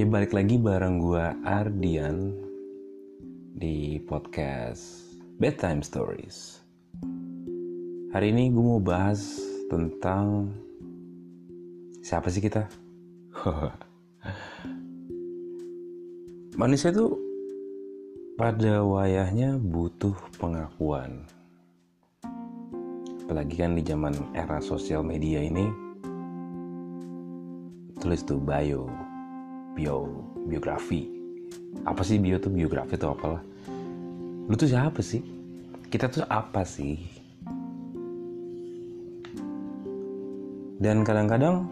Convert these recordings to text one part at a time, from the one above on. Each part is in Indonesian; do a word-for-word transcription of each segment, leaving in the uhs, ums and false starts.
Ya balik lagi bareng gua Ardian di podcast Bedtime Stories. Hari ini gue mau bahas tentang siapa sih kita? Manusia tuh pada wayahnya butuh pengakuan. Apalagi kan di zaman era sosial media ini, tulis tuh bio, bio, biografi. Apa sih bio tuh, biografi tuh apalah. Lu tuh siapa sih? Kita tuh apa sih? Dan kadang-kadang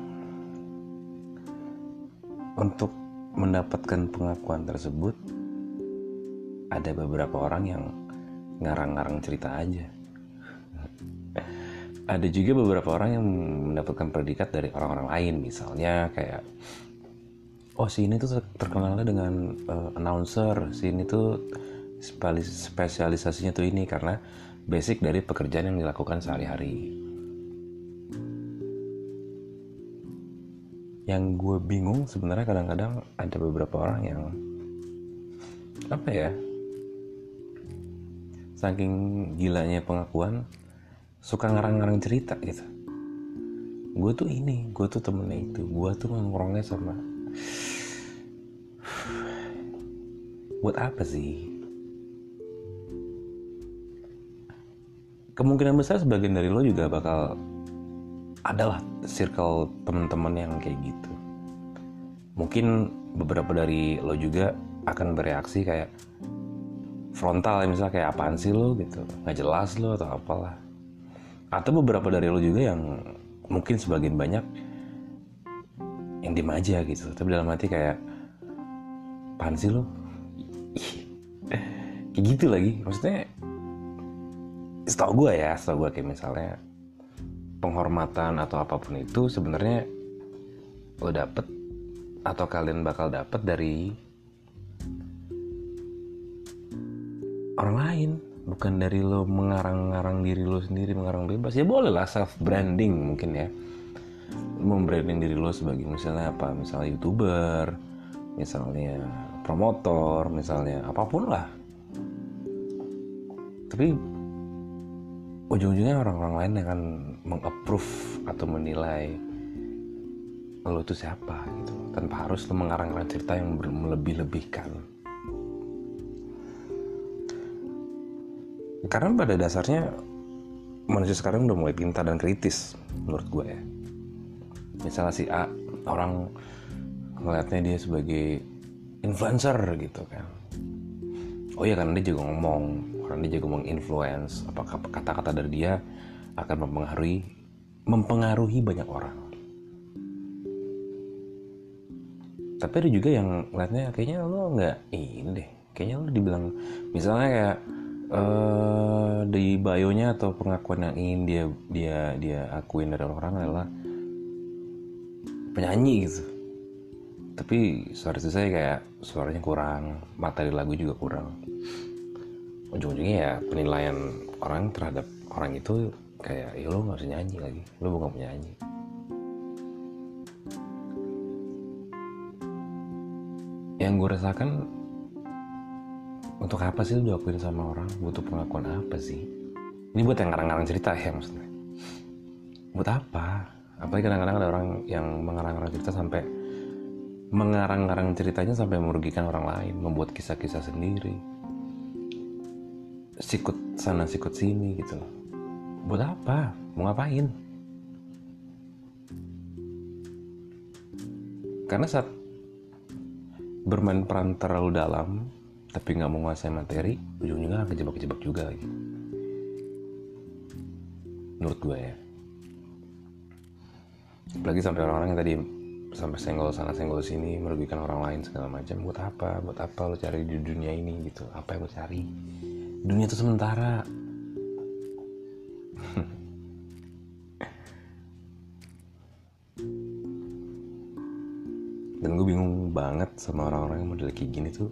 untuk mendapatkan pengakuan tersebut, ada beberapa orang yang ngarang-ngarang cerita aja. Ada juga beberapa orang yang mendapatkan predikat dari orang-orang lain. Misalnya kayak, oh si ini tuh terkenalnya dengan uh, announcer, si ini tuh spesialisasinya tuh ini karena basic dari pekerjaan yang dilakukan sehari-hari. Yang gue bingung sebenarnya kadang-kadang ada beberapa orang yang apa ya, saking gilanya pengakuan suka ngarang-ngarang cerita gitu. Gue tuh ini, gue tuh temennya itu, gue tuh nongkrongnya sama. Buat apa sih? Kemungkinan besar sebagian dari lo juga bakal adalah circle teman-teman yang kayak gitu. Mungkin beberapa dari lo juga akan bereaksi kayak frontal, misalnya kayak apaan sih lo gitu, nggak jelas lo atau apalah. Atau beberapa dari lo juga yang mungkin sebagian banyak yang diem aja gitu, tapi dalam hati kayak apaan sih lo, kayak gitu lagi. Maksudnya setahu gue ya, setahu gue kayak misalnya penghormatan atau apapun itu sebenarnya lo dapet atau kalian bakal dapet dari orang lain, bukan dari lo mengarang-ngarang diri lo sendiri, mengarang bebas. Ya boleh lah self branding mungkin ya, membranding diri lo sebagai misalnya apa, misalnya YouTuber, misalnya promotor, misalnya apapun lah. Tapi ujung-ujungnya orang-orang lain yang akan meng-approve atau menilai lo itu siapa gitu, tanpa harus lo mengarang-arang cerita yang melebih-lebihkan. Karena pada dasarnya manusia sekarang udah mulai pintar dan kritis menurut gue ya. Misalnya si A, orang ngeliatnya dia sebagai influencer gitu kan. Oh iya, karena dia juga ngomong, karena dia juga menginfluence, apakah kata-kata dari dia akan mempengaruhi mempengaruhi banyak orang. Tapi ada juga yang ngeliatnya kayaknya lo nggak ini deh, kayaknya lo dibilang misalnya kayak Uh, di bio-nya atau pengakuan yang ingin dia dia dia akuin dari orang-orang adalah penyanyi gitu. Tapi suara saya kayak suaranya kurang, materi lagu juga kurang. Ujung-ujungnya ya penilaian orang terhadap orang itu kayak, ya lo nggak bisa nyanyi lagi, lo bukan penyanyi. Yang gue rasakan, untuk apa sih lu diakuin sama orang? Butuh pengakuan apa sih? Ini buat yang ngarang-ngarang cerita ya maksudnya. Buat apa? Apalagi kadang-kadang ada orang yang mengarang-ngarang cerita sampai mengarang-ngarang ceritanya sampai merugikan orang lain, membuat kisah-kisah sendiri, sikut sana sikut sini gitu loh. Buat apa? Mau ngapain? Karena saat bermain peran terlalu dalam tapi nggak menguasai materi, ujung-ujungnya akan kejebak-kejebak juga lagi. Menurut gue ya. Apalagi sampai orang-orang yang tadi sampai senggol sana senggol sini, merugikan orang lain segala macam. Buat apa? Buat apa lo cari di dunia ini gitu? Apa yang lo cari? Dunia itu sementara. Dan gue bingung banget sama orang-orang yang model kayak gini tuh.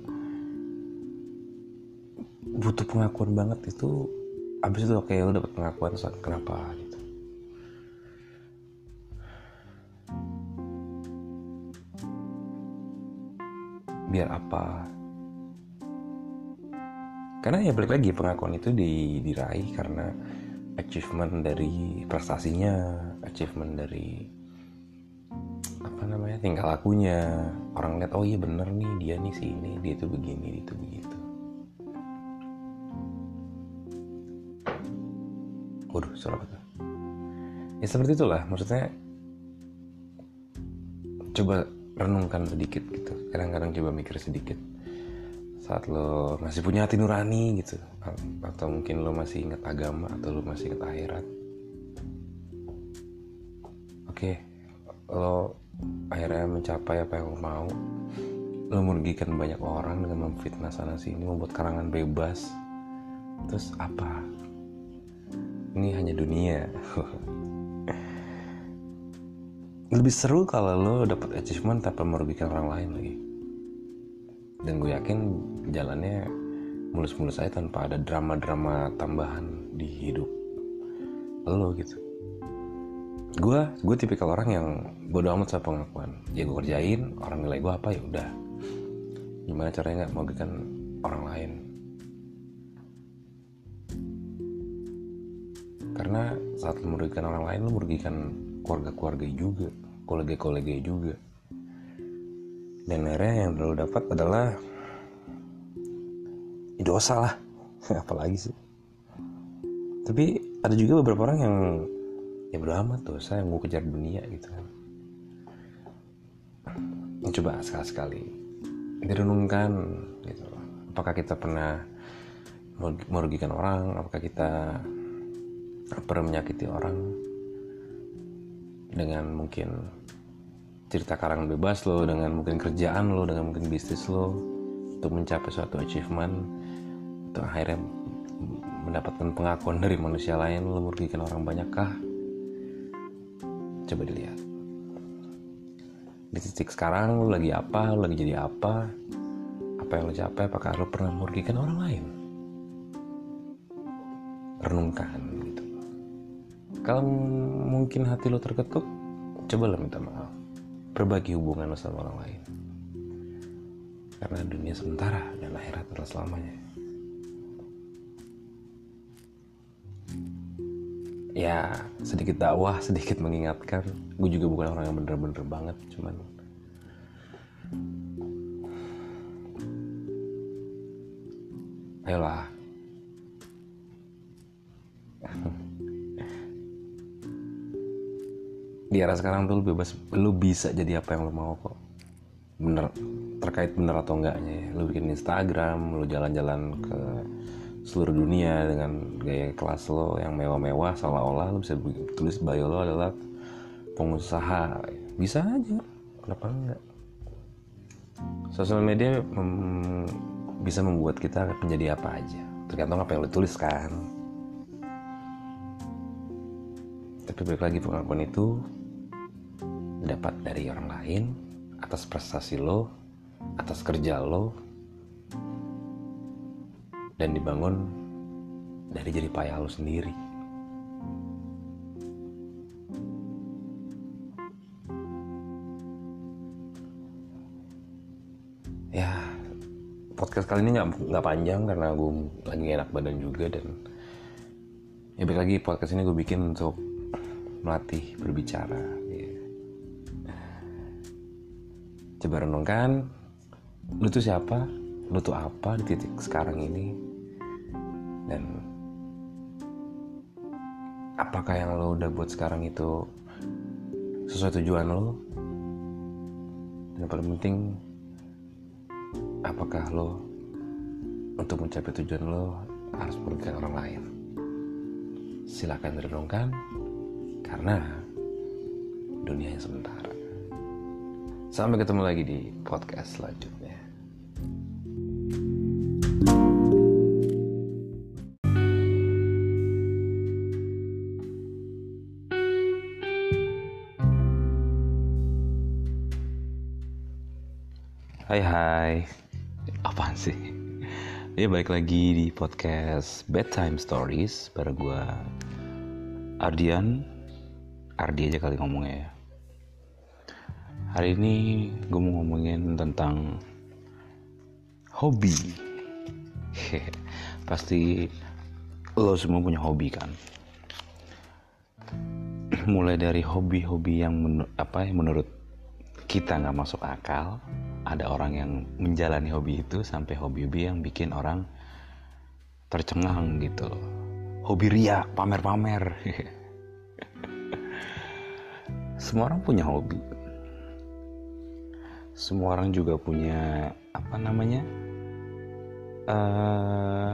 Butuh pengakuan banget itu. Abis itu oke, lo dapet pengakuan, kenapa gitu. biar apa? Karena ya balik lagi, pengakuan itu di, diraih karena achievement dari prestasinya, achievement dari apa namanya, tingkah lakunya. Orang lihat, oh iya bener nih, dia nih si ini, dia itu begini, dia itu begitu. Waduh, suara apa tuh? Ya seperti itulah, maksudnya coba renungkan sedikit gitu. Kadang-kadang coba mikir sedikit. Saat lo masih punya hati nurani gitu, atau mungkin lo masih ingat agama, atau lo masih ingat akhirat. Oke, lo akhirnya mencapai apa yang lo mau. Lo merugikan banyak orang dengan memfitnah sana sini, membuat karangan bebas. Terus apa? Ini hanya dunia. Lebih seru kalau lo dapat achievement tanpa merugikan orang lain lagi. Dan gue yakin jalannya mulus-mulus aja tanpa ada drama-drama tambahan di hidup lo gitu. Gue, gue tipikal orang yang bodo amat sama pengakuan. Ya gue kerjain, orang nilai gue apa ya udah. Gimana caranya nggak merugikan orang lain? Karena saat lo merugikan orang lain, lo merugikan keluarga-keluarga juga, kolega-kolega juga. Dan akhirnya yang lo dapat adalah dosa lah. Apalagi sih. Tapi ada juga beberapa orang yang ya bodo amat, dosa yang gue kejar dunia gitu kan. Coba sekali-sekali direnungkan gitu. Apakah kita pernah merugikan orang? Apakah kita pernah menyakiti orang dengan mungkin cerita karangan bebas lo, dengan mungkin kerjaan lo, dengan mungkin bisnis lo, untuk mencapai suatu achievement, untuk akhirnya mendapatkan pengakuan dari manusia lain? Lo merugikan orang banyakkah? Coba dilihat di titik sekarang lo lagi apa, lo lagi jadi apa, apa yang lo capai. Apakah lo pernah merugikan orang lain? Renungkan gitu. Kalau mungkin hati lo terketuk, coba lo minta maaf, perbaiki hubungan lo sama orang lain. Karena dunia sementara dan akhirat adalah selamanya. Ya sedikit dakwah, sedikit mengingatkan. Gue juga bukan orang yang bener-bener banget, cuman ayolah. Di era sekarang tuh lu bebas, lu bisa jadi apa yang lu mau kok. Bener, terkait bener atau enggaknya ya. Lu bikin Instagram, lu jalan-jalan ke seluruh dunia dengan gaya kelas lo yang mewah-mewah, seolah-olah lu bisa tulis bio lo adalah pengusaha. Bisa aja, kenapa enggak? Sosial media mem- bisa membuat kita menjadi apa aja, tergantung apa yang lu tulis kan. Tapi balik lagi, pengakuan itu dapat dari orang lain atas prestasi lo, atas kerja lo, dan dibangun dari jerih payah lo sendiri. Ya, podcast kali ini nggak nggak panjang karena gue lagi enak badan juga, dan ya balik lagi, podcast ini gue bikin untuk melatih berbicara. Ya. Coba renungkan, lu tuh siapa, lu tuh apa di titik sekarang ini, dan apakah yang lo udah buat sekarang itu sesuai tujuan lo, dan yang paling penting, apakah lo untuk mencapai tujuan lo harus merugikan orang lain. Silakan direnungkan, karena dunia yang sementara. Sampai ketemu lagi di podcast selanjutnya. Hai hai, apaan sih? Ya balik lagi di podcast Bedtime Stories bareng gue Ardian, Ardi aja kali ngomongnya ya. Hari ini gue mau ngomongin tentang Hobi. Pasti lo semua punya hobi kan. Mulai dari hobi-hobi yang men- apa yang menurut kita nggak masuk akal, ada orang yang menjalani hobi itu, sampai hobi-hobi yang bikin orang tercengang gitu loh. Hobi ria, pamer-pamer. Semua orang punya hobi. Semua orang juga punya apa namanya uh,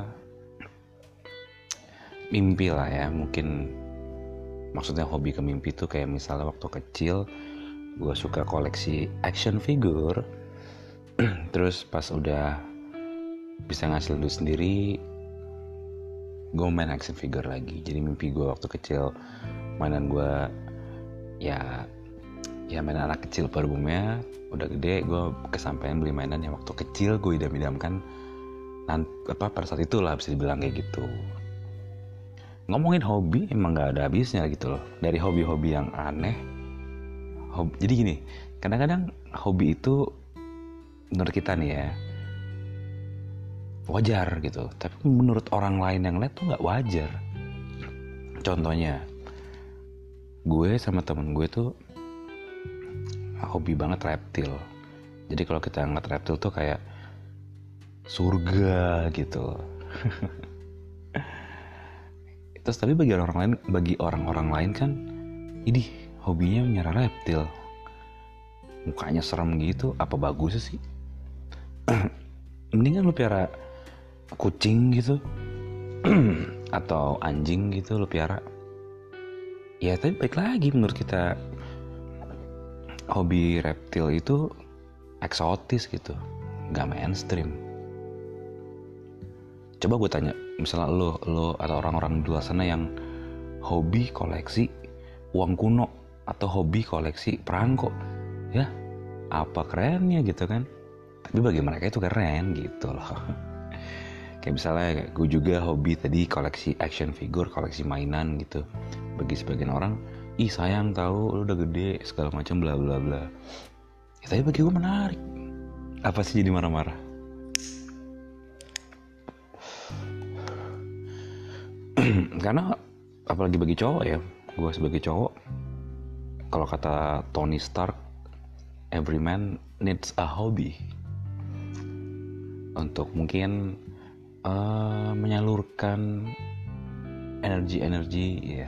mimpi lah ya. Mungkin maksudnya hobi ke mimpi itu kayak misalnya waktu kecil gue suka koleksi action figure. Terus pas udah bisa ngasil duit sendiri, gue main action figure lagi. Jadi mimpi gue waktu kecil, mainan gue ya ya mainan anak kecil pada umumnya. Udah gede gue kesampaian beli mainan yang waktu kecil gue idam-idamkan nanti, apa pada saat itu lah bisa dibilang kayak gitu. Ngomongin hobi emang nggak ada habisnya gitu loh. Dari hobi-hobi yang aneh, hobi, jadi gini, kadang-kadang hobi itu menurut kita nih ya wajar gitu, tapi menurut orang lain yang lain tuh nggak wajar. Contohnya, gue sama temen gue tuh hobi banget reptil. Jadi kalau kita ngeliat reptil tuh kayak surga gitu. Terus tapi bagi orang-orang lain, bagi orang-orang lain kan, ini hobinya menyerang reptil. Mukanya serem gitu, apa bagus sih? Mendingan lu piara kucing gitu, atau anjing gitu lu piara. Ya tapi baik lagi menurut kita, hobi reptil itu eksotis gitu, gak mainstream. Coba gue tanya, misalnya lo, lo atau orang-orang di luar sana yang hobi koleksi uang kuno atau hobi koleksi perangko, ya apa kerennya gitu kan? Tapi bagi mereka itu keren gitu loh. Kayak misalnya gue juga hobi tadi koleksi action figure, koleksi mainan gitu. Bagi sebagian orang, ih sayang tahu lu udah gede segala macam bla bla bla. Ya, tapi bagi gue menarik. Apa sih jadi marah-marah? Karena apalagi bagi cowok ya, gue sebagai cowok, kalau kata Tony Stark, every man needs a hobby untuk mungkin uh, menyalurkan energi-energi ya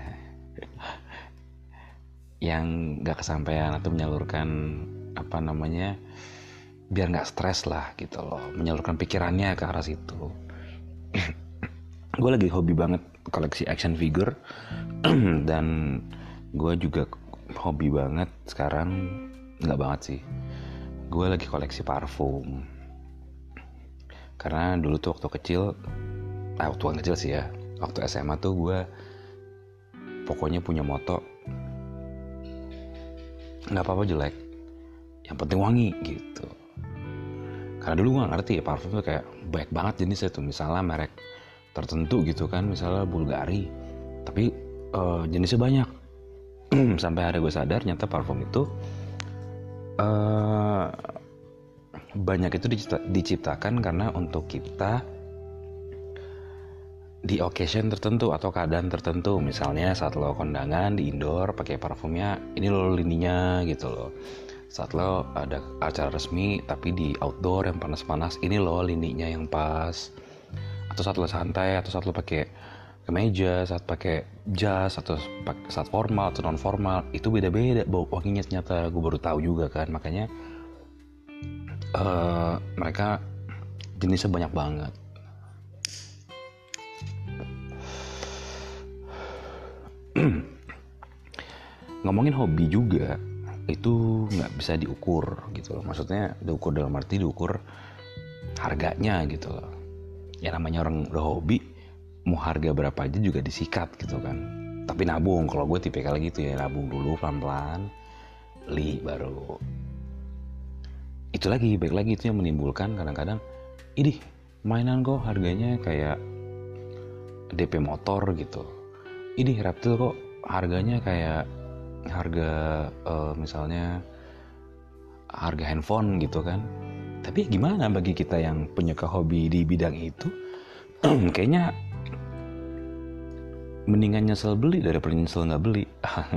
yang gak kesampaian, atau menyalurkan apa namanya biar gak stres lah gitu loh, menyalurkan pikirannya ke arah situ. Gue lagi hobi banget koleksi action figure. Dan gue juga hobi banget sekarang, gak banget sih, gue lagi koleksi parfum. Karena dulu tuh waktu kecil, eh, waktu kecil sih ya, waktu S M A tuh gue pokoknya punya moto, nggak apa-apa jelek, yang penting wangi gitu. Karena dulu gue nggak ngerti ya parfum tuh kayak banyak banget jenisnya tuh, misalnya merek tertentu gitu kan, misalnya Bulgari, tapi uh, jenisnya banyak. Sampai hari gue sadar nyata parfum itu uh, banyak itu dicipta, diciptakan karena untuk kita di occasion tertentu atau keadaan tertentu. Misalnya saat lo kondangan di indoor pakai parfumnya ini lo lininya gitu loh. Saat lo ada acara resmi tapi di outdoor yang panas-panas, ini lo lininya yang pas. Atau saat lo santai, atau saat lo pakai kemeja, saat pakai jas, atau saat formal atau non formal, itu beda-beda bau wanginya ternyata. Gue baru tahu juga kan, makanya uh, mereka jenisnya banyak banget. Ngomongin hobi juga itu nggak bisa diukur gitu loh. Maksudnya diukur dalam arti diukur harganya gitu loh. Ya namanya orang udah hobi, mau harga berapa aja juga disikat gitu kan. Tapi nabung, kalau gue tipikal gitu ya, nabung dulu pelan-pelan, li baru. Itu lagi, baik lagi itu yang menimbulkan kadang-kadang, idih mainan kok harganya kayak D P motor gitu. Idih reptil kok harganya kayak harga uh, misalnya harga handphone gitu kan. Tapi gimana bagi kita yang penyuka hobi di bidang itu, kayaknya mendingan nyesel beli daripada nyesel nggak beli.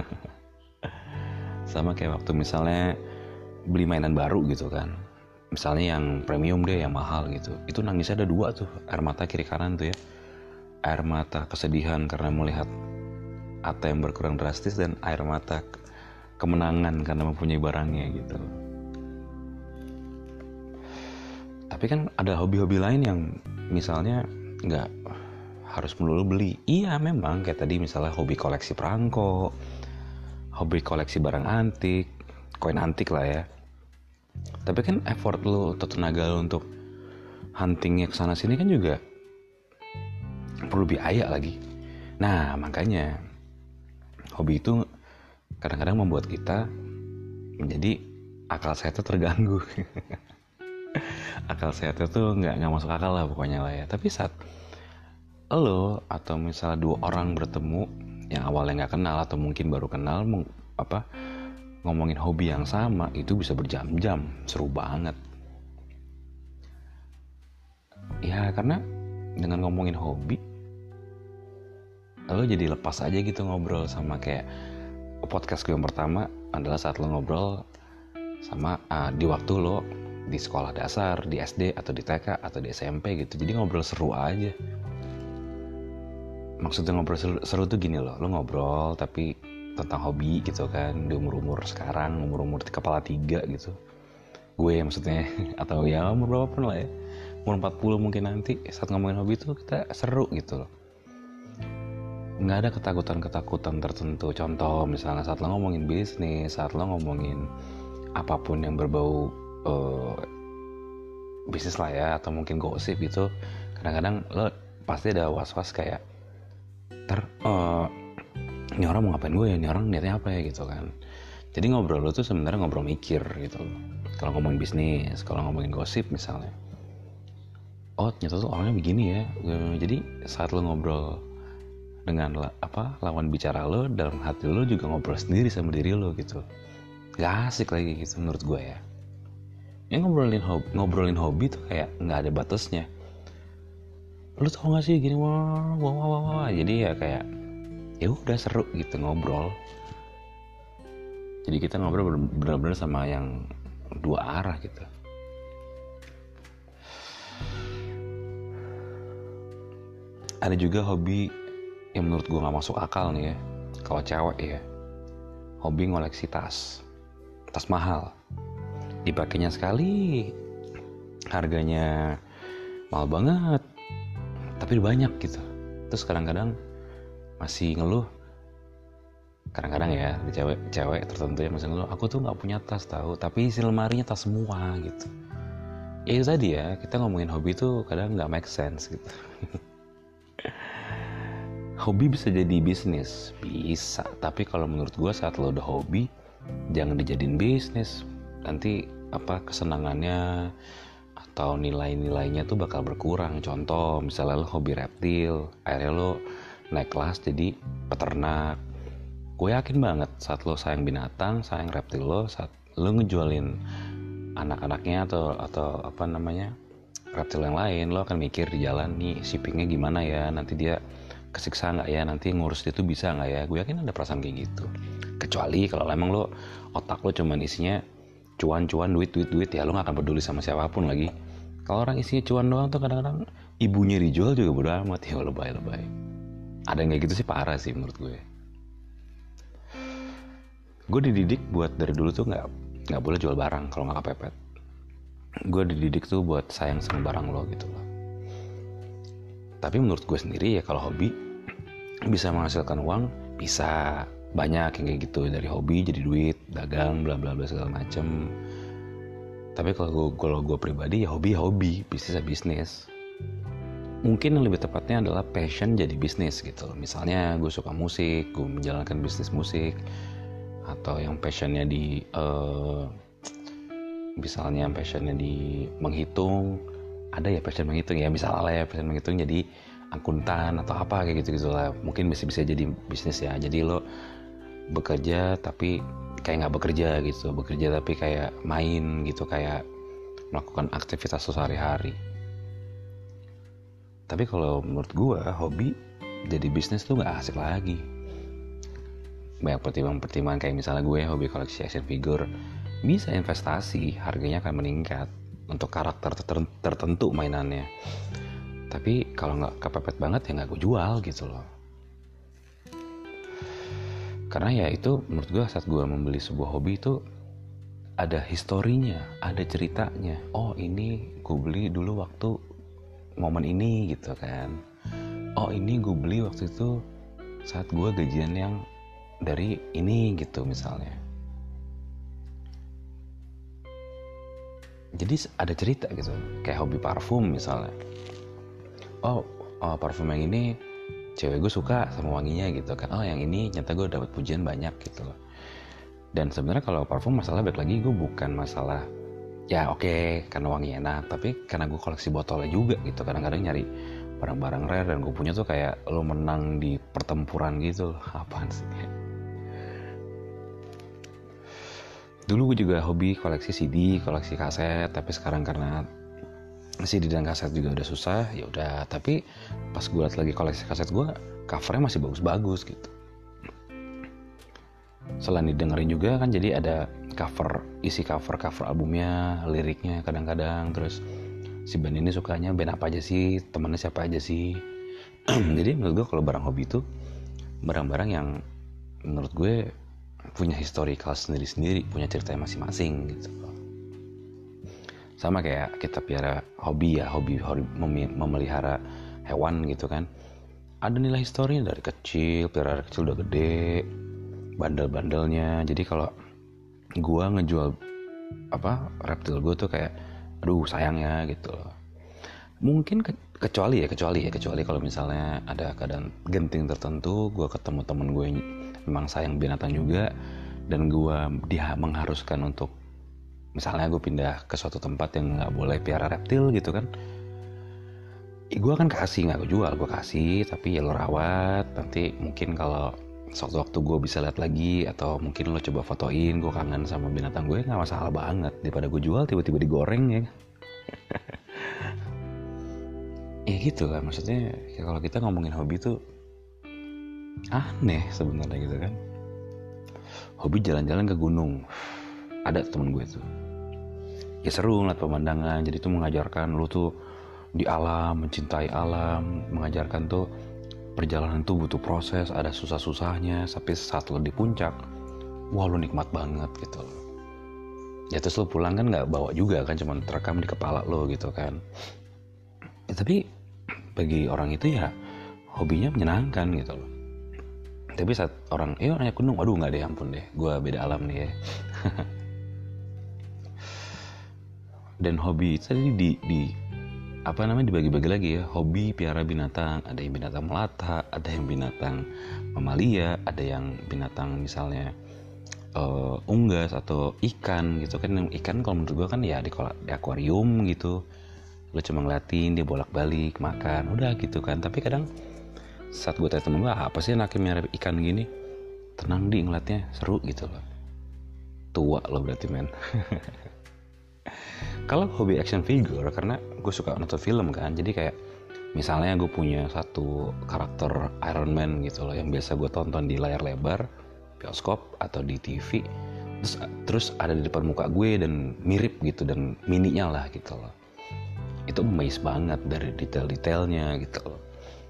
Sama kayak waktu misalnya beli mainan baru gitu kan, misalnya yang premium deh, yang mahal gitu, itu nangisnya ada dua tuh, air mata kiri kanan tuh ya. Air mata kesedihan karena melihat A T M berkurang drastis, dan air mata kemenangan karena mempunyai barangnya gitu. Tapi kan ada hobi-hobi lain yang misalnya nggak harus melulu beli. Iya memang kayak tadi misalnya hobi koleksi perangko, hobi koleksi barang antik, koin antik lah ya. Tapi kan effort lo atau tenaga lo untuk huntingnya kesana sini kan juga perlu biaya lagi. Nah makanya hobi itu kadang-kadang membuat kita menjadi akal sehatnya terganggu. Akal sehatnya tuh nggak nggak masuk akal lah pokoknya lah ya. Tapi saat lo atau misalnya dua orang bertemu yang awalnya nggak kenal atau mungkin baru kenal, meng, apa ngomongin hobi yang sama, itu bisa berjam-jam, seru banget. Ya karena dengan ngomongin hobi, lo jadi lepas aja gitu ngobrol. Sama kayak podcast gue yang pertama adalah saat lo ngobrol sama uh, di waktu lo di sekolah dasar, di S D atau di T K atau di S M P gitu. Jadi ngobrol seru aja. Maksudnya ngobrol seru, seru tuh gini loh, lo ngobrol tapi tentang hobi gitu kan, di umur-umur sekarang, umur-umur kepala tiga gitu. Gue maksudnya, atau ya umur berapa pun lah ya, umur empat puluh mungkin nanti, saat ngomongin hobi tuh kita seru gitu loh. Nggak ada ketakutan-ketakutan tertentu. Contoh misalnya saat lo ngomongin bisnis, saat lo ngomongin apapun yang berbau uh, bisnis lah ya, atau mungkin gosip gitu, kadang-kadang lo pasti ada was-was kayak ter uh, ini orang mau ngapain gue ya, ini orang niatnya apa ya gitu kan. Jadi ngobrol lo tuh sebenarnya ngobrol mikir gitu loh. Kalau ngomongin bisnis, kalau ngomongin gosip misalnya, oh ternyata tuh orangnya begini ya. Jadi saat lo ngobrol dengan apa lawan bicara lo, dalam hati lo juga ngobrol sendiri sama diri lo gitu. Gak asik lagi gitu menurut gue ya. Yang ngobrolin hobi, ngobrolin hobi tuh kayak nggak ada batasnya. Lo tau gak sih gini, wah wah wah wah. Jadi ya kayak ya udah seru gitu ngobrol. Jadi kita ngobrol benar-benar sama yang dua arah gitu. Ada juga hobi yang menurut gue nggak masuk akal nih ya. Kalau cewek ya, hobi ngoleksi tas, tas mahal. Dipakainya sekali, harganya mahal banget, tapi banyak gitu. Terus kadang-kadang masih ngeluh, kadang-kadang ya di cewek-cewek tertentu yang masih ngeluh, aku tuh nggak punya tas tahu, tapi isi lemarinya tas semua gitu. Ya itu tadi ya, kita ngomongin hobi tuh kadang nggak make sense gitu. Hobi bisa jadi bisnis, bisa. Tapi kalau menurut gue saat lo udah hobi, jangan dijadiin bisnis. Nanti apa kesenangannya atau nilai-nilainya tuh bakal berkurang. Contoh misalnya lo hobi reptil, akhirnya lo naik kelas jadi peternak. Gue yakin banget saat lo sayang binatang, sayang reptil lo, saat lo ngejualin anak-anaknya atau atau apa namanya reptil yang lain, lo akan mikir di jalan nih shippingnya gimana ya, nanti dia kesiksa nggak ya, nanti ngurus itu bisa nggak ya. Gue yakin ada perasaan kayak gitu. Kecuali kalau emang lo otak lo cuman isinya cuan-cuan, duit-duit-duit, ya lo nggak akan peduli sama siapapun lagi. Kalau orang isinya cuan doang tuh kadang-kadang ibunya dijual juga bodo amat. Ya lebay-lebay. Ada yang kayak gitu sih parah sih menurut gue. Gue dididik buat dari dulu tuh nggak nggak boleh jual barang kalau nggak kepepet. Gue dididik tuh buat sayang sama barang lo gitu loh. Tapi menurut gue sendiri ya kalau hobi bisa menghasilkan uang, bisa. Banyak yang kayak gitu, dari hobi jadi duit, dagang, bla bla bla segala macem. Tapi kalau gue kalau gue pribadi ya hobi hobi, bisnis ya bisnis. Mungkin yang lebih tepatnya adalah passion jadi bisnis gitu. Misalnya gue suka musik, gue menjalankan bisnis musik, atau yang passionnya di uh, misalnya passionnya di menghitung, ada ya passion menghitung ya, misalnya ya passion menghitung jadi akuntan atau apa kayak gitu-gitu lah. Mungkin bisa bisa jadi bisnis ya. Jadi lo bekerja tapi kayak nggak bekerja gitu, bekerja tapi kayak main gitu, kayak melakukan aktivitas sehari-hari. Tapi kalau menurut gue hobi jadi bisnis tuh gak asik lagi. Banyak pertimbangan-pertimbangan kayak misalnya gue hobi koleksi action figure, bisa investasi, harganya akan meningkat untuk karakter tertentu mainannya. Tapi kalau gak kepepet banget ya gak gue jual gitu loh. Karena ya itu menurut gue saat gue membeli sebuah hobi itu ada historinya, ada ceritanya. Oh ini gue beli dulu waktu momen ini gitu kan. Oh ini gue beli waktu itu saat gue gajian yang dari ini gitu misalnya. Jadi ada cerita gitu. Kayak hobi parfum misalnya. Oh, oh parfum yang ini cewek gue suka sama wanginya gitu kan. Oh yang ini nyata gue dapat pujian banyak gitu loh. Dan sebenarnya kalau parfum masalah balik lagi gue bukan masalah ya oke okay, karena wangi enak, tapi karena gue koleksi botolnya juga gitu. Kadang-kadang nyari barang-barang rare dan gue punya tuh kayak lo menang di pertempuran gitu loh. Apaan sih? Dulu gue juga hobi koleksi C D, koleksi kaset, tapi sekarang karena C D dan kaset juga udah susah, ya udah. Tapi pas gue liat lagi koleksi kaset gue, covernya masih bagus-bagus gitu. Selain didengerin juga kan, jadi ada cover, isi cover cover albumnya, liriknya kadang-kadang. Terus si band ini sukanya band apa aja sih, temennya siapa aja sih. Jadi menurut gue kalau barang hobi itu barang-barang yang menurut gue punya historical sendiri-sendiri, punya ceritanya masing-masing gitu. Sama kayak kita piara hobi ya, hobi, hobi mem- memelihara hewan gitu kan. Ada nilai historinya dari kecil, piara dari kecil udah gede, bandel-bandelnya. Jadi kalau gue ngejual apa reptil gue tuh kayak aduh sayang ya gitu loh. Mungkin ke, kecuali ya kecuali ya kecuali kalau misalnya ada keadaan genting tertentu, gue ketemu temen gue yang memang sayang binatang juga, dan gue dia mengharuskan untuk misalnya gue pindah ke suatu tempat yang nggak boleh piara reptil gitu kan, ya gue kan kasih, nggak gue jual, gue kasih, tapi ya lo rawat. Nanti mungkin kalau suatu waktu gue bisa lihat lagi, atau mungkin lo coba fotoin, gue kangen sama binatang gue, nggak masalah banget daripada gue jual tiba-tiba digoreng ya. Ya gitu kan, maksudnya ya kalau kita ngomongin hobi tuh aneh sebenarnya gitu kan. Hobi jalan-jalan ke gunung, ada temen gue tuh, ya seru ngeliat pemandangan. Jadi tuh mengajarkan lu tuh di alam, mencintai alam, mengajarkan tuh perjalanan tuh butuh proses, ada susah-susahnya, sampai saat lo di puncak, wah lo nikmat banget gitu loh. Ya terus lo pulang kan nggak bawa juga kan, cuma terekam di kepala lo gitu kan. Ya, tapi bagi orang itu ya hobinya menyenangkan gitu loh. Tapi saat orang, eh naik gunung, aduh nggak deh, ampun deh, gue beda alam nih ya. Dan hobi tadi di, di apa namanya dibagi-bagi lagi ya. Hobi piara binatang, ada yang binatang melata, ada yang binatang mamalia, ada yang binatang misalnya uh, unggas atau ikan gitu kan. Ikan kalau menurut gue kan ya di, di akuarium gitu, lo cuma ngeliatin dia bolak-balik makan udah gitu kan. Tapi kadang saat gue tanya temen gue, apa sih enaknya miara ikan gini, tenang di ngeliatnya, seru gitu loh. Tua lo berarti men. Kalau hobi action figure, karena gue suka nonton film kan, jadi kayak misalnya gue punya satu karakter Iron Man gitu loh, yang biasa gue tonton di layar lebar bioskop atau di T V, terus terus ada di depan muka gue dan mirip gitu, dan mininya lah gitu loh. Itu amazed banget dari detail-detailnya gitu loh.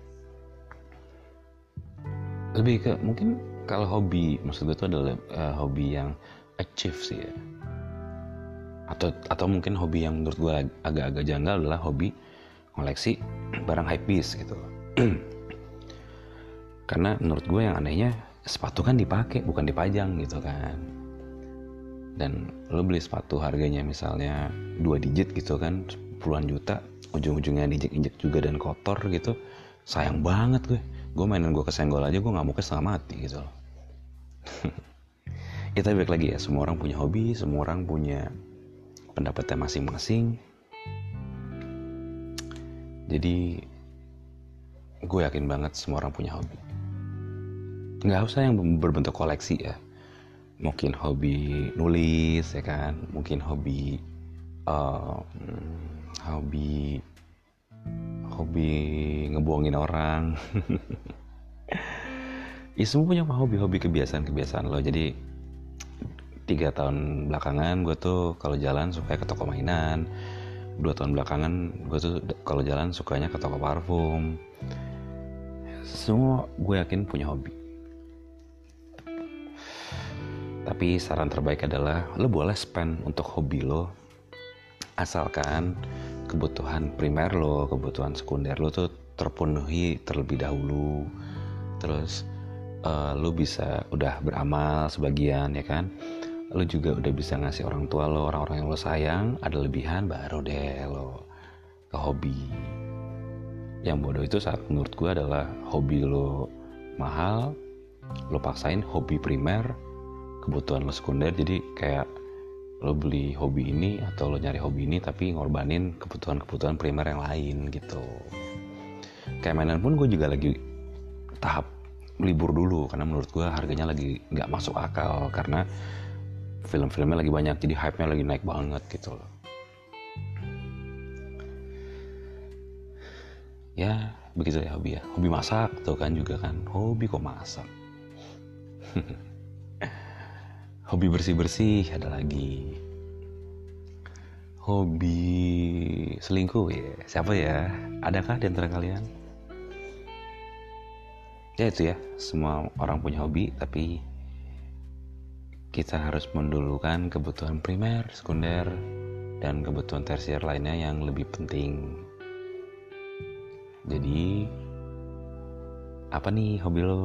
Lebih ke mungkin kalau hobi, maksud gue itu adalah uh, hobi yang achieve sih ya. Atau atau mungkin hobi yang menurut gue agak-agak janggal adalah hobi koleksi barang hypebeast gitu loh. Karena menurut gue yang anehnya, sepatu kan dipakai bukan dipajang gitu kan. Dan lo beli sepatu harganya misalnya dua digit gitu kan, puluhan juta, ujung-ujungnya diinjek-injek juga dan kotor gitu. Sayang banget gue. Gue mainan gue kesenggol aja, gue gak mau ke setengah mati gitu loh. Ya tapi balik lagi ya, semua orang punya hobi, semua orang punya pendapatnya masing-masing. Jadi gue yakin banget semua orang punya hobi. Gak usah yang berbentuk koleksi ya. Mungkin hobi nulis ya kan, mungkin hobi uh, hobi hobi ngebohongin orang. Ya semua punya hobi-hobi, kebiasaan-kebiasaan lo. Jadi tiga tahun belakangan gue tuh kalau jalan suka ke toko mainan. Dua tahun belakangan gue tuh kalau jalan sukanya ke toko parfum. Semua gue yakin punya hobi. Tapi saran terbaik adalah lo boleh spend untuk hobi lo, asalkan kebutuhan primer lo, kebutuhan sekunder lo tuh terpenuhi terlebih dahulu. Terus uh, lo bisa udah beramal sebagian, ya kan. Lo juga udah bisa ngasih orang tua lo, orang-orang yang lo sayang, ada lebihan, baru deh lo ke hobi. Yang bodoh itu saat menurut gue adalah hobi lo mahal, lo paksain hobi primer, kebutuhan lo sekunder. Jadi kayak lo beli hobi ini atau lo nyari hobi ini tapi ngorbanin kebutuhan-kebutuhan primer yang lain gitu. Kayak mainan pun gue juga lagi tahap libur dulu, karena menurut gue harganya lagi gak masuk akal, karena film-filmnya lagi banyak, jadi hype-nya lagi naik banget gitu loh. Ya begitu ya hobi ya. Hobi masak tuh kan juga kan, hobi kok masak. Hobi bersih-bersih ada lagi. Hobi selingkuh ya. Siapa ya? Adakah di antara kalian? Ya itu ya, semua orang punya hobi, tapi kita harus mendulukan kebutuhan primer, sekunder, dan kebutuhan tersier lainnya yang lebih penting. Jadi, apa nih hobi lo?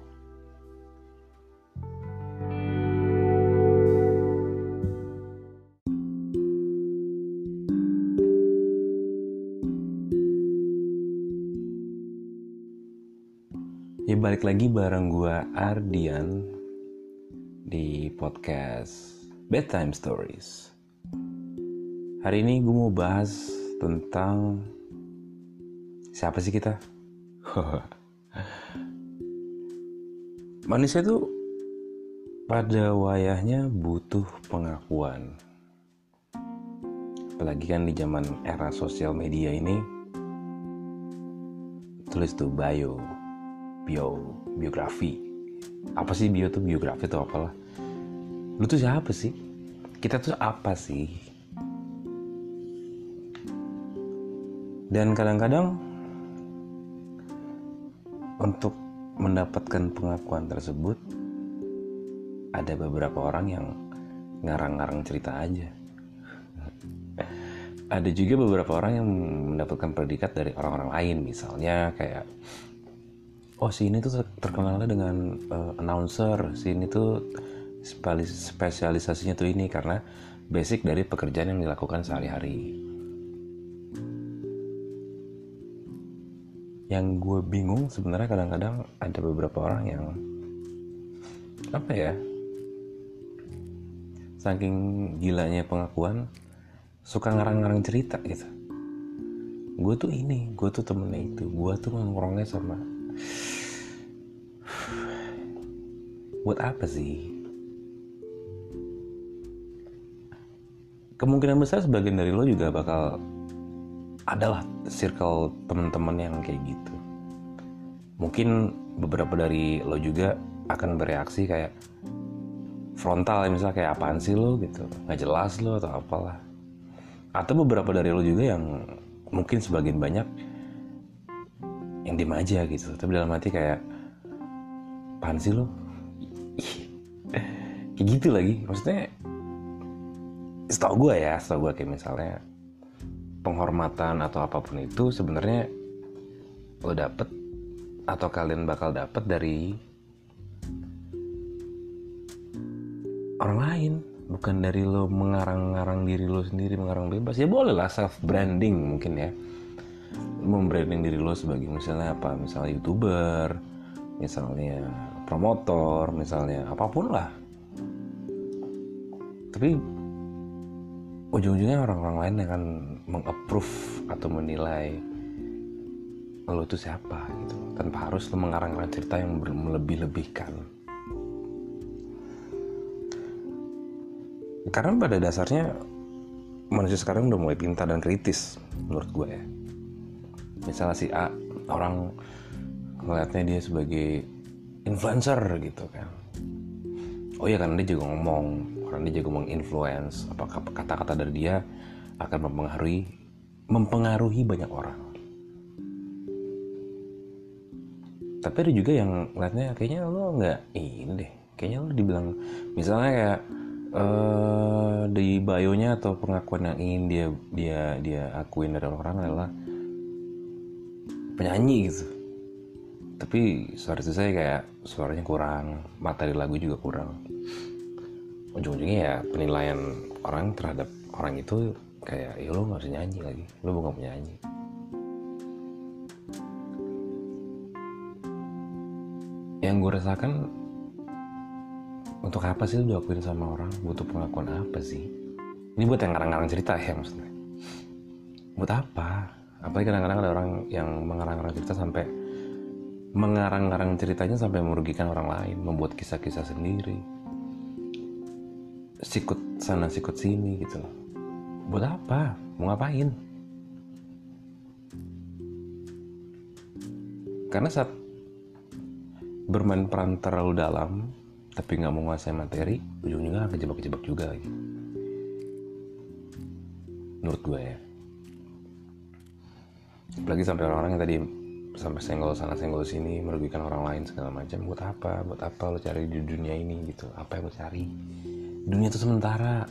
Ya balik lagi bareng gue Ardian di podcast Bedtime Stories. Hari ini gue mau bahas tentang siapa sih kita? Manusia tuh pada wayahnya butuh pengakuan. Apalagi kan di zaman era sosial media ini, tulis tuh bio, bio, biografi. Apa sih bio tuh, biografi tuh apalah. Lu tuh siapa sih? Kita tuh apa sih? Dan kadang-kadang untuk mendapatkan pengakuan tersebut, ada beberapa orang yang ngarang-ngarang cerita aja. Ada juga beberapa orang yang mendapatkan predikat dari orang-orang lain. Misalnya kayak, oh si ini tuh terkenalnya dengan uh, announcer, si ini tuh spesialisasinya tuh ini, karena basic dari pekerjaan yang dilakukan sehari-hari. Yang gue bingung sebenarnya kadang-kadang ada beberapa orang yang apa ya, saking gilanya pengakuan suka ngarang-ngarang cerita gitu. Gue tuh ini, gue tuh temennya itu, gue tuh nongkrongnya sama. Buat apa sih? Kemungkinan besar sebagian dari lo juga bakal adalah circle teman-teman yang kayak gitu. Mungkin beberapa dari lo juga akan bereaksi kayak frontal, misalnya kayak apaan sih lo gitu, nggak jelas lo atau apalah. Atau beberapa dari lo juga yang mungkin sebagian banyak yang diem aja gitu, tapi dalam hati kayak apaan sih lo, kayak gitu lagi. Maksudnya setahu gue ya, setahu gue kayak misalnya penghormatan atau apapun itu sebenarnya lo dapet atau kalian bakal dapet dari orang lain, bukan dari lo mengarang-ngarang diri lo sendiri, mengarang bebas. Ya boleh lah self branding mungkin ya, membranding diri lo sebagai misalnya apa, misalnya YouTuber, misalnya promotor, misalnya apapun lah. Tapi ujung-ujungnya orang-orang lain yang akan meng-approve atau menilai lo itu siapa gitu, tanpa harus lo mengarang-arang cerita yang melebih-lebihkan. Karena pada dasarnya manusia sekarang udah mulai pintar dan kritis menurut gue ya. Misalnya si A, orang ngeliatnya dia sebagai influencer gitu kan. Oh iya, karena dia juga ngomong, karena dia juga ngomong influence, apakah kata-kata dari dia akan mempengaruhi mempengaruhi banyak orang. Tapi ada juga yang ngeliatnya kayaknya lo nggak ini deh, kayaknya lo dibilang misalnya kayak uh, di bio-nya atau pengakuan yang ingin dia dia dia akuin dari orang adalah penyanyi gitu. Tapi suara saya kayak suaranya kurang, materi lagu juga kurang. Ujung-ujungnya ya penilaian orang terhadap orang itu kayak ya lo nggak bisa nyanyi lagi, lo bukan penyanyi. Yang gue rasakan, untuk apa sih lo diakuin sama orang, butuh pengakuan apa sih? Ini buat yang ngarang-ngarang cerita ya maksudnya. Buat apa? Apalagi kadang-kadang ada orang yang mengarang-ngarang cerita sampai mengarang-ngarang ceritanya sampai merugikan orang lain, membuat kisah-kisah sendiri, sikut sana sikut sini gitu loh. Buat apa? Mau ngapain? Karena saat bermain peran terlalu dalam tapi nggak menguasai materi, ujung-ujungnya akan kejebak-kejebak juga lagi. Menurut gue ya. Apalagi sampai orang-orang yang tadi sampai senggol sana senggol sini, merugikan orang lain segala macam. Buat apa? Buat apa lo cari di dunia ini gitu? Apa yang lo cari? Dunia itu sementara.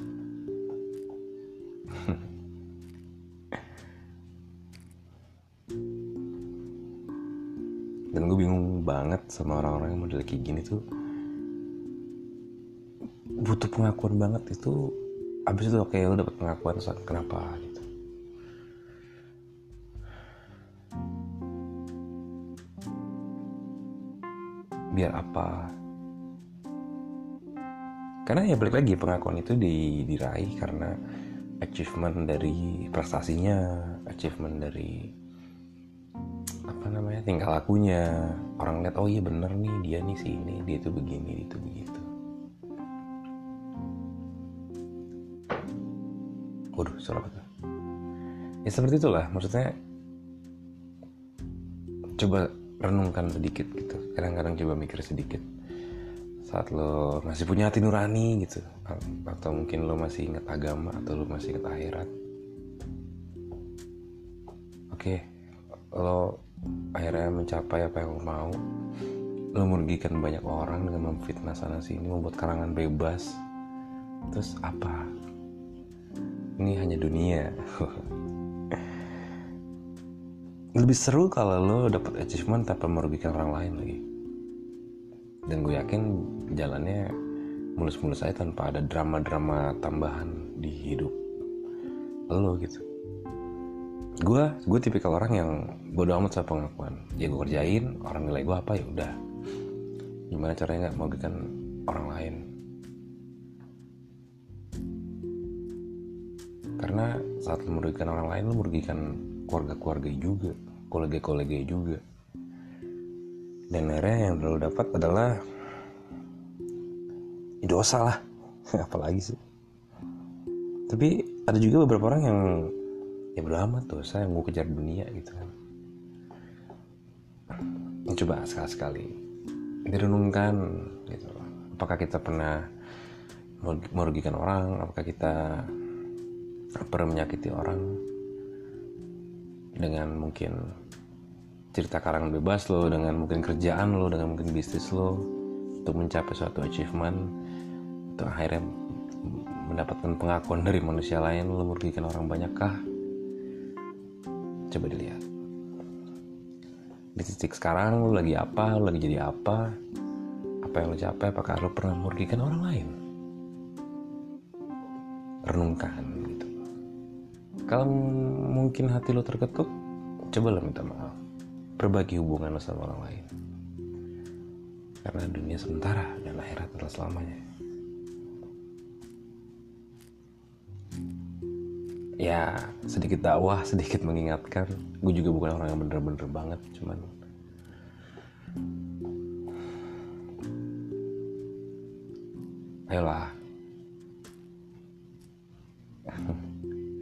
Dan gue bingung banget sama orang-orang yang model kayak gini tuh. Butuh pengakuan banget itu. Abis itu oke, lo dapet pengakuan, kenapa gitu. Biar apa? Karena ya balik lagi, pengakuan itu di, diraih karena achievement dari prestasinya, achievement dari apa namanya, tingkah lakunya. Orang lihat, oh iya bener nih, dia nih si ini, dia itu begini, dia itu begitu. Waduh, suara apa tuh? Ya seperti itulah, maksudnya coba renungkan sedikit gitu. Kadang-kadang coba mikir sedikit. Saat lo masih punya hati nurani gitu, atau mungkin lo masih ingat agama, atau lo masih ingat akhirat. Oke, lo akhirnya mencapai apa yang lo mau. Lo merugikan banyak orang dengan memfitnah sana sini, membuat karangan bebas. Terus apa? Ini hanya dunia. Lebih seru kalau lo dapat achievement tanpa merugikan orang lain lagi. Dan gue yakin jalannya mulus-mulus aja tanpa ada drama-drama tambahan di hidup lo gitu. Gue, gue tipikal orang yang bodo amat sama pengakuan. Ya gue kerjain, orang nilai gue apa ya udah. Gimana caranya nggak merugikan orang lain? Karena saat lo merugikan orang lain, lo merugikan keluarga-keluarga juga, kolega-kolega juga. Dan akhirnya yang lo dapat adalah ya dosa lah. Apalagi sih. Tapi ada juga beberapa orang yang ya bodo amat, dosa yang gue kejar dunia gitu kan. Coba sekali-sekali direnungkan gitu. Apakah kita pernah merugikan orang? Apakah kita pernah menyakiti orang dengan mungkin cerita karangan bebas lo, dengan mungkin kerjaan lo, dengan mungkin bisnis lo, untuk mencapai suatu achievement, untuk akhirnya mendapatkan pengakuan dari manusia lain? Lo merugikan orang banyakkah? Coba dilihat di titik sekarang lo lagi apa, lo lagi jadi apa, apa yang lo capai. Apakah lo pernah merugikan orang lain? Renungkan gitu. Kalau mungkin hati lo terketuk, coba lo minta maaf, perbaiki hubungan lo sama orang lain. Karena dunia sementara dan akhirat adalah selamanya. Ya sedikit dakwah, sedikit mengingatkan. Gue juga bukan orang yang bener-bener banget, cuman ayolah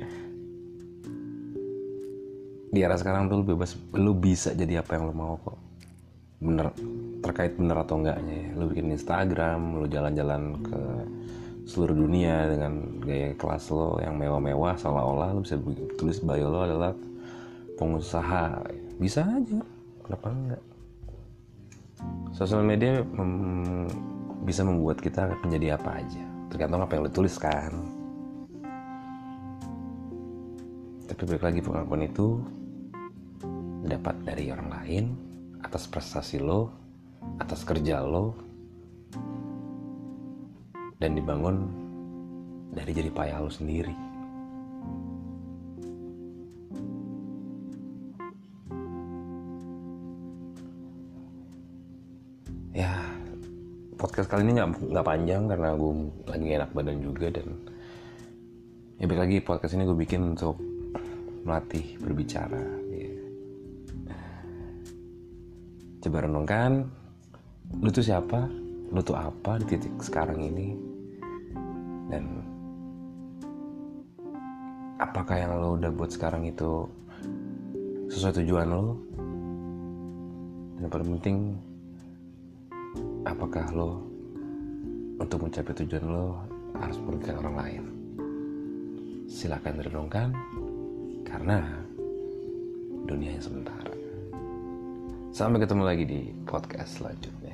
di era sekarang tuh lu bebas, lu bisa jadi apa yang lu mau kok. Bener, terkait bener atau enggaknya ya. Lu bikin Instagram, lu jalan-jalan ke seluruh dunia dengan gaya kelas lo yang mewah-mewah, seolah-olah lu bisa tulis bio lo adalah pengusaha. Bisa aja, kenapa enggak? Sosial media mem- bisa membuat kita menjadi apa aja, tergantung apa yang lu tulis kan. Tapi balik lagi, pengakuan itu dapat dari orang lain atas prestasi lo, atas kerja lo, dan dibangun dari jerih payah lo sendiri. Ya, podcast kali ini nggak nggak panjang karena gue lagi enak badan juga, dan ya balik lagi, podcast ini gue bikin untuk melatih berbicara. Ya. Coba renungkan, lu tuh siapa, lu tuh apa di titik sekarang ini, dan apakah yang lo udah buat sekarang itu sesuai tujuan lo, dan yang paling penting, apakah lo untuk mencapai tujuan lo harus merugikan orang lain. Silakan direnungkan, karena dunia yang sementara. Sampai ketemu lagi di podcast selanjutnya.